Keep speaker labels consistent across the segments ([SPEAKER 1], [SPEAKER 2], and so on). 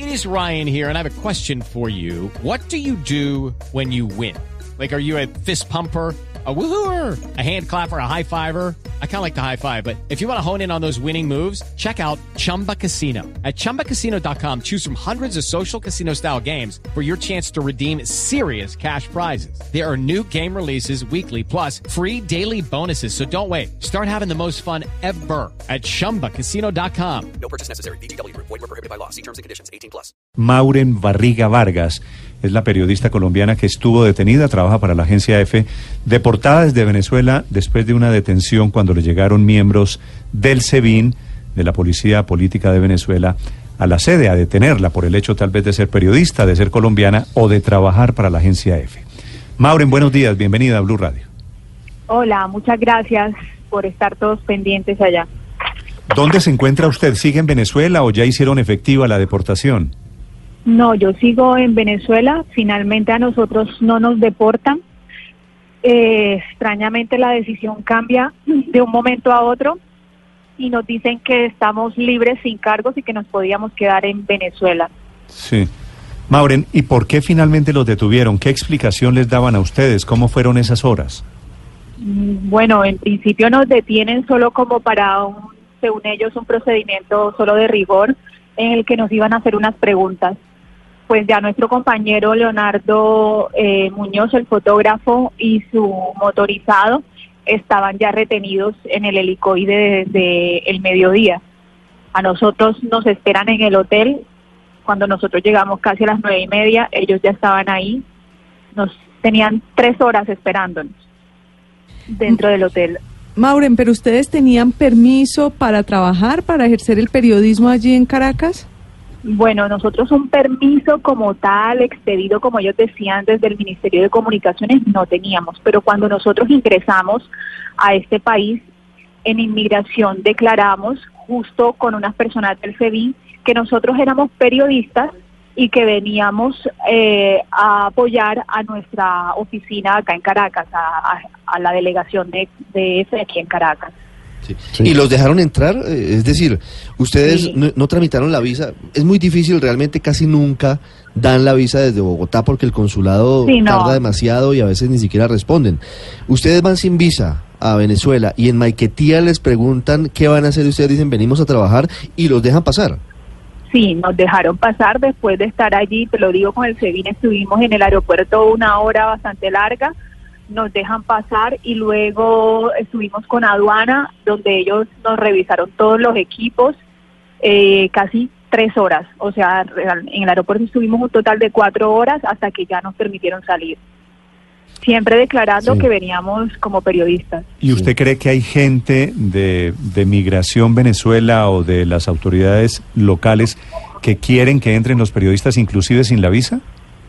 [SPEAKER 1] is Ryan here, and I have a question for you. What do you do when you win? Like, are you a fist pumper, a woohooer, a hand clapper, a high fiver? I kind of like the high five, but if you want to hone in on those winning moves, check out Chumba Casino. At ChumbaCasino.com, choose from hundreds of social casino-style games for your chance to redeem serious cash prizes. There are new game releases weekly, plus free daily bonuses. So don't wait. Start having the most fun ever at ChumbaCasino.com.
[SPEAKER 2] No purchase necessary. VGW Group. Void where prohibited by law. See terms and conditions. 18+.
[SPEAKER 3] Mauren Barriga Vargas es la periodista colombiana que estuvo detenida, trabaja para la agencia EFE, deportada desde Venezuela después de una detención cuando le llegaron miembros del SEBIN, de la Policía Política de Venezuela, a la sede a detenerla por el hecho tal vez de ser periodista, de ser colombiana o de trabajar para la agencia EFE. Mauren, buenos días, bienvenida a Blue Radio.
[SPEAKER 4] Hola, muchas gracias por estar todos pendientes allá.
[SPEAKER 3] ¿Dónde se encuentra usted? ¿Sigue en Venezuela o ya hicieron efectiva la deportación?
[SPEAKER 4] No, yo sigo en Venezuela. Finalmente a nosotros no nos deportan. Extrañamente la decisión cambia de un momento a otro y nos dicen que estamos libres sin cargos y que nos podíamos quedar en Venezuela.
[SPEAKER 3] Sí. Mauren, ¿y por qué finalmente los detuvieron? ¿Qué explicación les daban a ustedes? ¿Cómo fueron esas horas?
[SPEAKER 4] Bueno, en principio nos detienen solo como para, según ellos, un procedimiento solo de rigor en el que nos iban a hacer unas preguntas. Pues ya nuestro compañero Leonardo Muñoz, el fotógrafo, y su motorizado estaban ya retenidos en el helicoide desde el mediodía. A nosotros nos esperan en el hotel. Cuando nosotros llegamos casi a las 9:30, ellos ya estaban ahí. Nos tenían 3 horas esperándonos dentro del hotel.
[SPEAKER 5] Mauren, ¿pero ustedes tenían permiso para trabajar, para ejercer el periodismo allí en Caracas?
[SPEAKER 4] Bueno, nosotros un permiso como tal, expedido como ellos decían desde el Ministerio de Comunicaciones, no teníamos, pero cuando nosotros ingresamos a este país, en inmigración declaramos, justo con unas personas del SEBIN, que nosotros éramos periodistas y que veníamos a apoyar a nuestra oficina acá en Caracas, a la delegación de EFE aquí en Caracas.
[SPEAKER 6] Sí. Sí. ¿Y los dejaron entrar? Es decir, ustedes sí. no tramitaron la visa. Es muy difícil, realmente casi nunca dan la visa desde Bogotá porque el consulado tarda demasiado y a veces ni siquiera responden. Ustedes van sin visa a Venezuela y en Maiquetía les preguntan qué van a hacer y ustedes dicen venimos a trabajar y los dejan pasar.
[SPEAKER 4] Sí, nos dejaron pasar después de estar allí, te lo digo, con el SEBIN estuvimos en el aeropuerto una hora bastante larga. Nos dejan pasar y luego estuvimos con aduana, donde ellos nos revisaron todos los equipos, casi 3 horas. O sea, en el aeropuerto estuvimos un total de 4 horas hasta que ya nos permitieron salir. Siempre declarando que veníamos como periodistas.
[SPEAKER 3] ¿Y usted cree que hay gente de Migración Venezuela o de las autoridades locales que quieren que entren los periodistas inclusive sin la visa?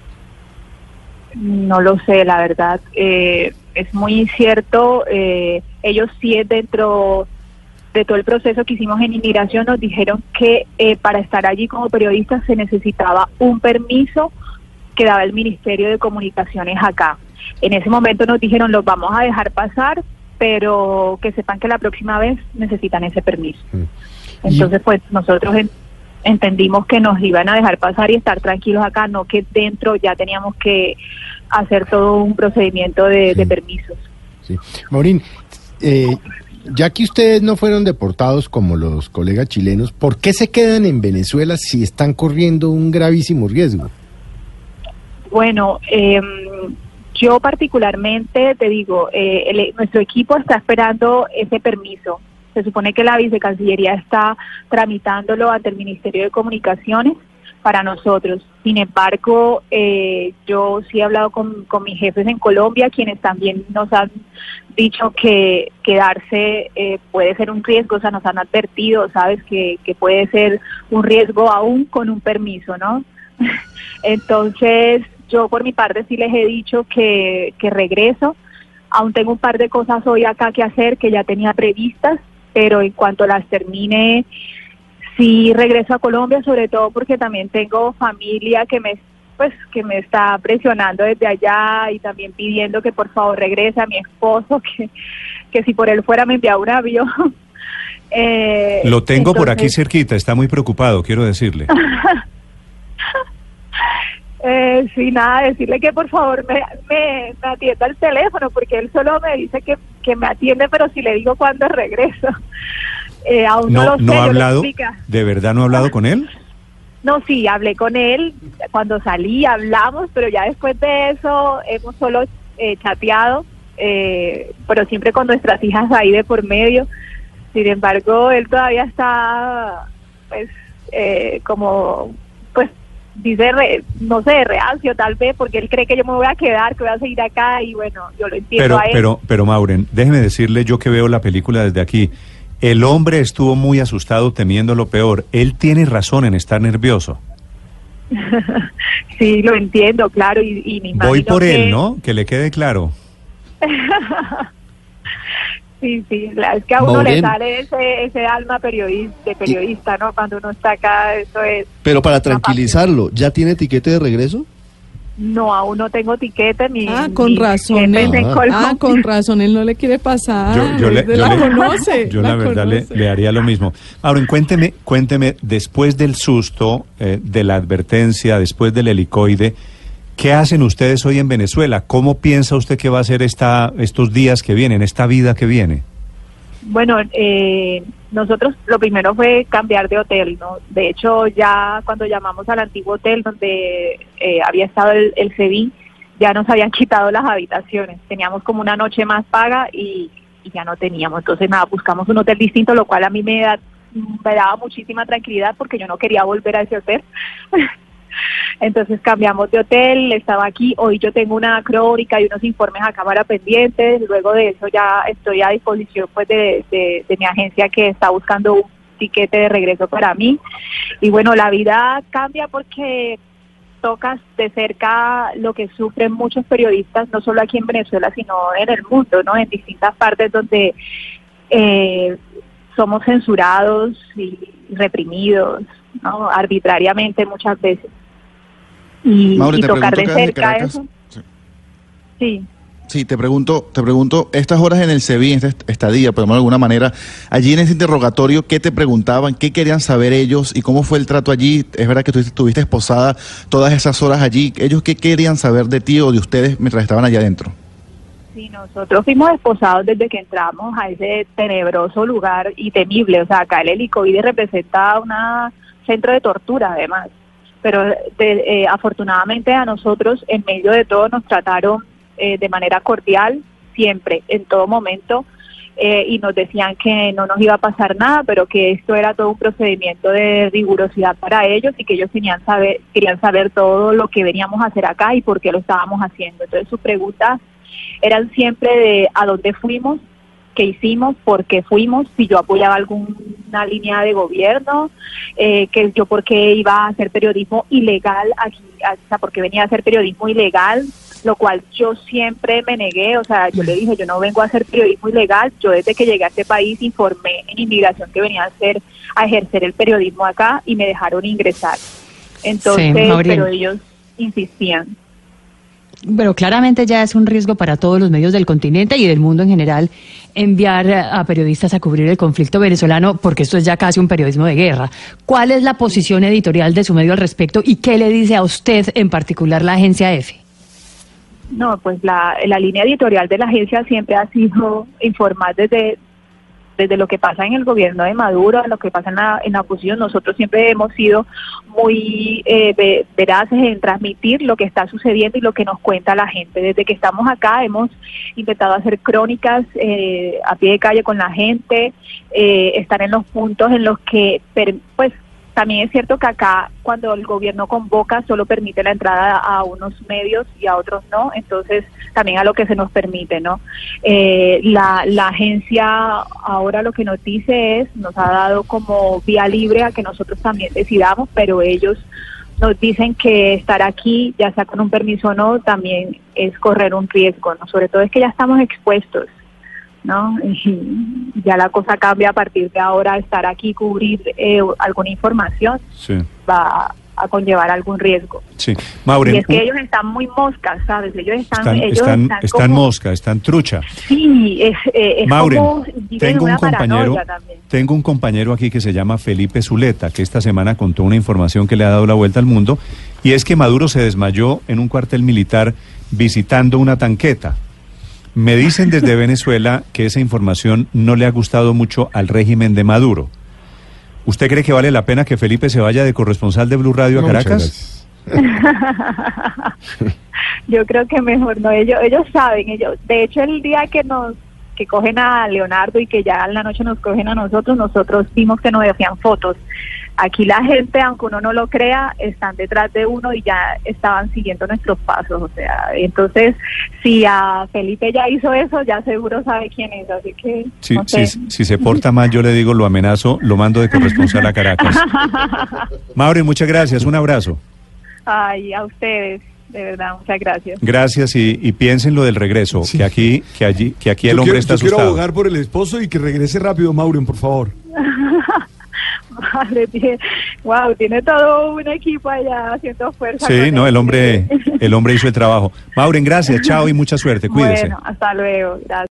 [SPEAKER 4] No lo sé, la verdad, es muy incierto. Ellos sí, dentro de todo el proceso que hicimos en inmigración, nos dijeron que para estar allí como periodistas se necesitaba un permiso que daba el Ministerio de Comunicaciones acá. En ese momento nos dijeron, los vamos a dejar pasar, pero que sepan que la próxima vez necesitan ese permiso. Entonces, pues nosotros entendimos que nos iban a dejar pasar y estar tranquilos acá, no que dentro ya teníamos que hacer todo un procedimiento de permisos.
[SPEAKER 7] Sí. Mauren, ya que ustedes no fueron deportados como los colegas chilenos, ¿por qué se quedan en Venezuela si están corriendo un gravísimo riesgo?
[SPEAKER 4] Bueno, yo particularmente te digo, nuestro equipo está esperando ese permiso. Se supone que la Vicecancillería está tramitándolo ante el Ministerio de Comunicaciones para nosotros. Sin embargo, yo sí he hablado con mis jefes en Colombia, quienes también nos han dicho que quedarse puede ser un riesgo, o sea, nos han advertido, ¿sabes?, que puede ser un riesgo aún con un permiso, ¿no? Entonces, yo por mi parte sí les he dicho que regreso. Aún tengo un par de cosas hoy acá que hacer que ya tenía previstas, pero en cuanto las termine, sí regreso a Colombia, sobre todo porque también tengo familia que me está presionando desde allá y también pidiendo que por favor regrese, a mi esposo, que si por él fuera me enviaba un avión.
[SPEAKER 3] Lo tengo entonces por aquí cerquita, está muy preocupado, quiero decirle.
[SPEAKER 4] Sí, nada, decirle que por favor me atienda el teléfono, porque él solo me dice que me atiende, pero si le digo cuándo regreso. Aún no lo sé,
[SPEAKER 3] no ha
[SPEAKER 4] yo le
[SPEAKER 3] hablado,
[SPEAKER 4] explico.
[SPEAKER 3] ¿de verdad no ha hablado con él?
[SPEAKER 4] No, sí, hablé con él, cuando salí hablamos, pero ya después de eso hemos solo chateado, pero siempre con nuestras hijas ahí de por medio. Sin embargo, él todavía está, pues, como, pues, dice, no sé, reacio tal vez, porque él cree que yo me voy a quedar, que voy a seguir acá, y bueno, yo lo entiendo a él.
[SPEAKER 3] Pero Mauren, déjeme decirle, yo que veo la película desde aquí, el hombre estuvo muy asustado temiendo lo peor. Él tiene razón en estar nervioso.
[SPEAKER 4] Sí, lo entiendo, claro, y me imagino
[SPEAKER 3] voy por él, ¿no? Que le quede claro.
[SPEAKER 4] Sí, es que a uno le sale ese alma periodista, ¿no? Cuando uno está acá, eso es...
[SPEAKER 6] Pero para tranquilizarlo, ¿ya tiene tiquete de regreso?
[SPEAKER 4] No, aún no tengo tiquete ni...
[SPEAKER 5] con razón. Con razón, él no le quiere pasar.
[SPEAKER 3] Yo la
[SPEAKER 5] verdad
[SPEAKER 3] le haría lo mismo. Ahora, cuénteme, después del susto, de la advertencia, después del helicoide, ¿qué hacen ustedes hoy en Venezuela? ¿Cómo piensa usted que va a ser estos días que vienen, esta vida que viene?
[SPEAKER 4] Bueno, nosotros lo primero fue cambiar de hotel, ¿no? De hecho, ya cuando llamamos al antiguo hotel donde había estado el SEBIN, ya nos habían quitado las habitaciones. Teníamos como una noche más paga y ya no teníamos. Entonces, nada, buscamos un hotel distinto, lo cual a mí me daba muchísima tranquilidad porque yo no quería volver a ese hotel. Entonces cambiamos de hotel, estaba aquí, hoy yo tengo una crónica y unos informes a cámara pendientes, luego de eso ya estoy a disposición pues de mi agencia que está buscando un tiquete de regreso para mí. Y bueno, la vida cambia porque tocas de cerca lo que sufren muchos periodistas, no solo aquí en Venezuela, sino en el mundo, ¿no? En distintas partes donde somos censurados y reprimidos, ¿no? Arbitrariamente muchas veces. Y tocar de cerca eso. Sí.
[SPEAKER 8] Sí, te pregunto, estas horas en el SEBIN, esta estadía, por de alguna manera, allí en ese interrogatorio, ¿qué te preguntaban? ¿Qué querían saber ellos? ¿Y cómo fue el trato allí? Es verdad que tú estuviste esposada todas esas horas allí. ¿Ellos qué querían saber de ti o de ustedes mientras estaban allá adentro?
[SPEAKER 4] Sí, nosotros fuimos esposados desde que entramos a ese tenebroso lugar y temible. O sea, acá el helicoide representa un centro de tortura, además. Pero afortunadamente a nosotros, en medio de todo, nos trataron de manera cordial, siempre, en todo momento, y nos decían que no nos iba a pasar nada, pero que esto era todo un procedimiento de rigurosidad para ellos y que ellos querían saber todo lo que veníamos a hacer acá y por qué lo estábamos haciendo. Entonces sus preguntas eran siempre de a dónde fuimos, qué hicimos, por qué fuimos, si yo apoyaba alguna línea de gobierno, que yo por qué iba a hacer periodismo ilegal aquí, o sea, porque venía a hacer periodismo ilegal, lo cual yo siempre me negué. O sea, yo le dije, yo no vengo a hacer periodismo ilegal, yo desde que llegué a este país informé en inmigración que venía a ejercer el periodismo acá y me dejaron ingresar. Entonces, sí, pero ellos insistían.
[SPEAKER 9] Pero claramente ya es un riesgo para todos los medios del continente y del mundo en general enviar a periodistas a cubrir el conflicto venezolano, porque esto es ya casi un periodismo de guerra. ¿Cuál es la posición editorial de su medio al respecto y qué le dice a usted en particular la agencia EFE?
[SPEAKER 4] No, pues la línea editorial de la agencia siempre ha sido informar desde lo que pasa en el gobierno de Maduro, lo que pasa en la oposición. Nosotros siempre hemos sido muy veraces en transmitir lo que está sucediendo y lo que nos cuenta la gente. Desde que estamos acá hemos intentado hacer crónicas a pie de calle con la gente, estar en los puntos en los que, pues, también es cierto que acá cuando el gobierno convoca solo permite la entrada a unos medios y a otros no, entonces también a lo que se nos permite, ¿no? La agencia ahora lo que nos dice nos ha dado como vía libre a que nosotros también decidamos, pero ellos nos dicen que estar aquí, ya sea con un permiso o no, también es correr un riesgo, ¿no? Sobre todo es que ya estamos expuestos, ¿no? Y ya la cosa cambia a partir de ahora. Estar aquí, cubrir alguna información, sí, va a conllevar algún riesgo.
[SPEAKER 3] Sí, Mauren,
[SPEAKER 4] y es que ellos están muy moscas, ¿sabes? Ellos
[SPEAKER 3] están mosca, están trucha.
[SPEAKER 4] Sí, es Mauren, como
[SPEAKER 3] tengo un compañero aquí que se llama Felipe Zuleta, que esta semana contó una información que le ha dado la vuelta al mundo, y es que Maduro se desmayó en un cuartel militar visitando una tanqueta. Me dicen desde Venezuela que esa información no le ha gustado mucho al régimen de Maduro. ¿Usted cree que vale la pena que Felipe se vaya de corresponsal de Blue Radio a Caracas?
[SPEAKER 4] Yo creo que mejor no, ellos saben, de hecho el día que cogen a Leonardo y que ya en la noche nos cogen a nosotros vimos que nos hacían fotos. Aquí la gente, aunque uno no lo crea, están detrás de uno y ya estaban siguiendo nuestros pasos, o sea, entonces si a Felipe ya hizo eso, ya seguro sabe quién es, así que
[SPEAKER 3] sí,
[SPEAKER 4] no sé.
[SPEAKER 3] Si se porta mal, yo le digo, lo amenazo, lo mando de corresponsal a Caracas. Mauri, muchas gracias, un abrazo.
[SPEAKER 4] Ay, a ustedes, de verdad, muchas gracias.
[SPEAKER 3] Gracias y piensen lo del regreso, sí. que aquí el hombre está asustado.
[SPEAKER 10] Yo quiero abogar por el esposo y que regrese rápido, Maureen, por favor.
[SPEAKER 4] Madre, tiene todo un equipo allá haciendo fuerza.
[SPEAKER 3] Sí, no, el hombre hizo el trabajo. Maureen, gracias, chao y mucha suerte, cuídese.
[SPEAKER 4] Bueno, hasta luego, gracias.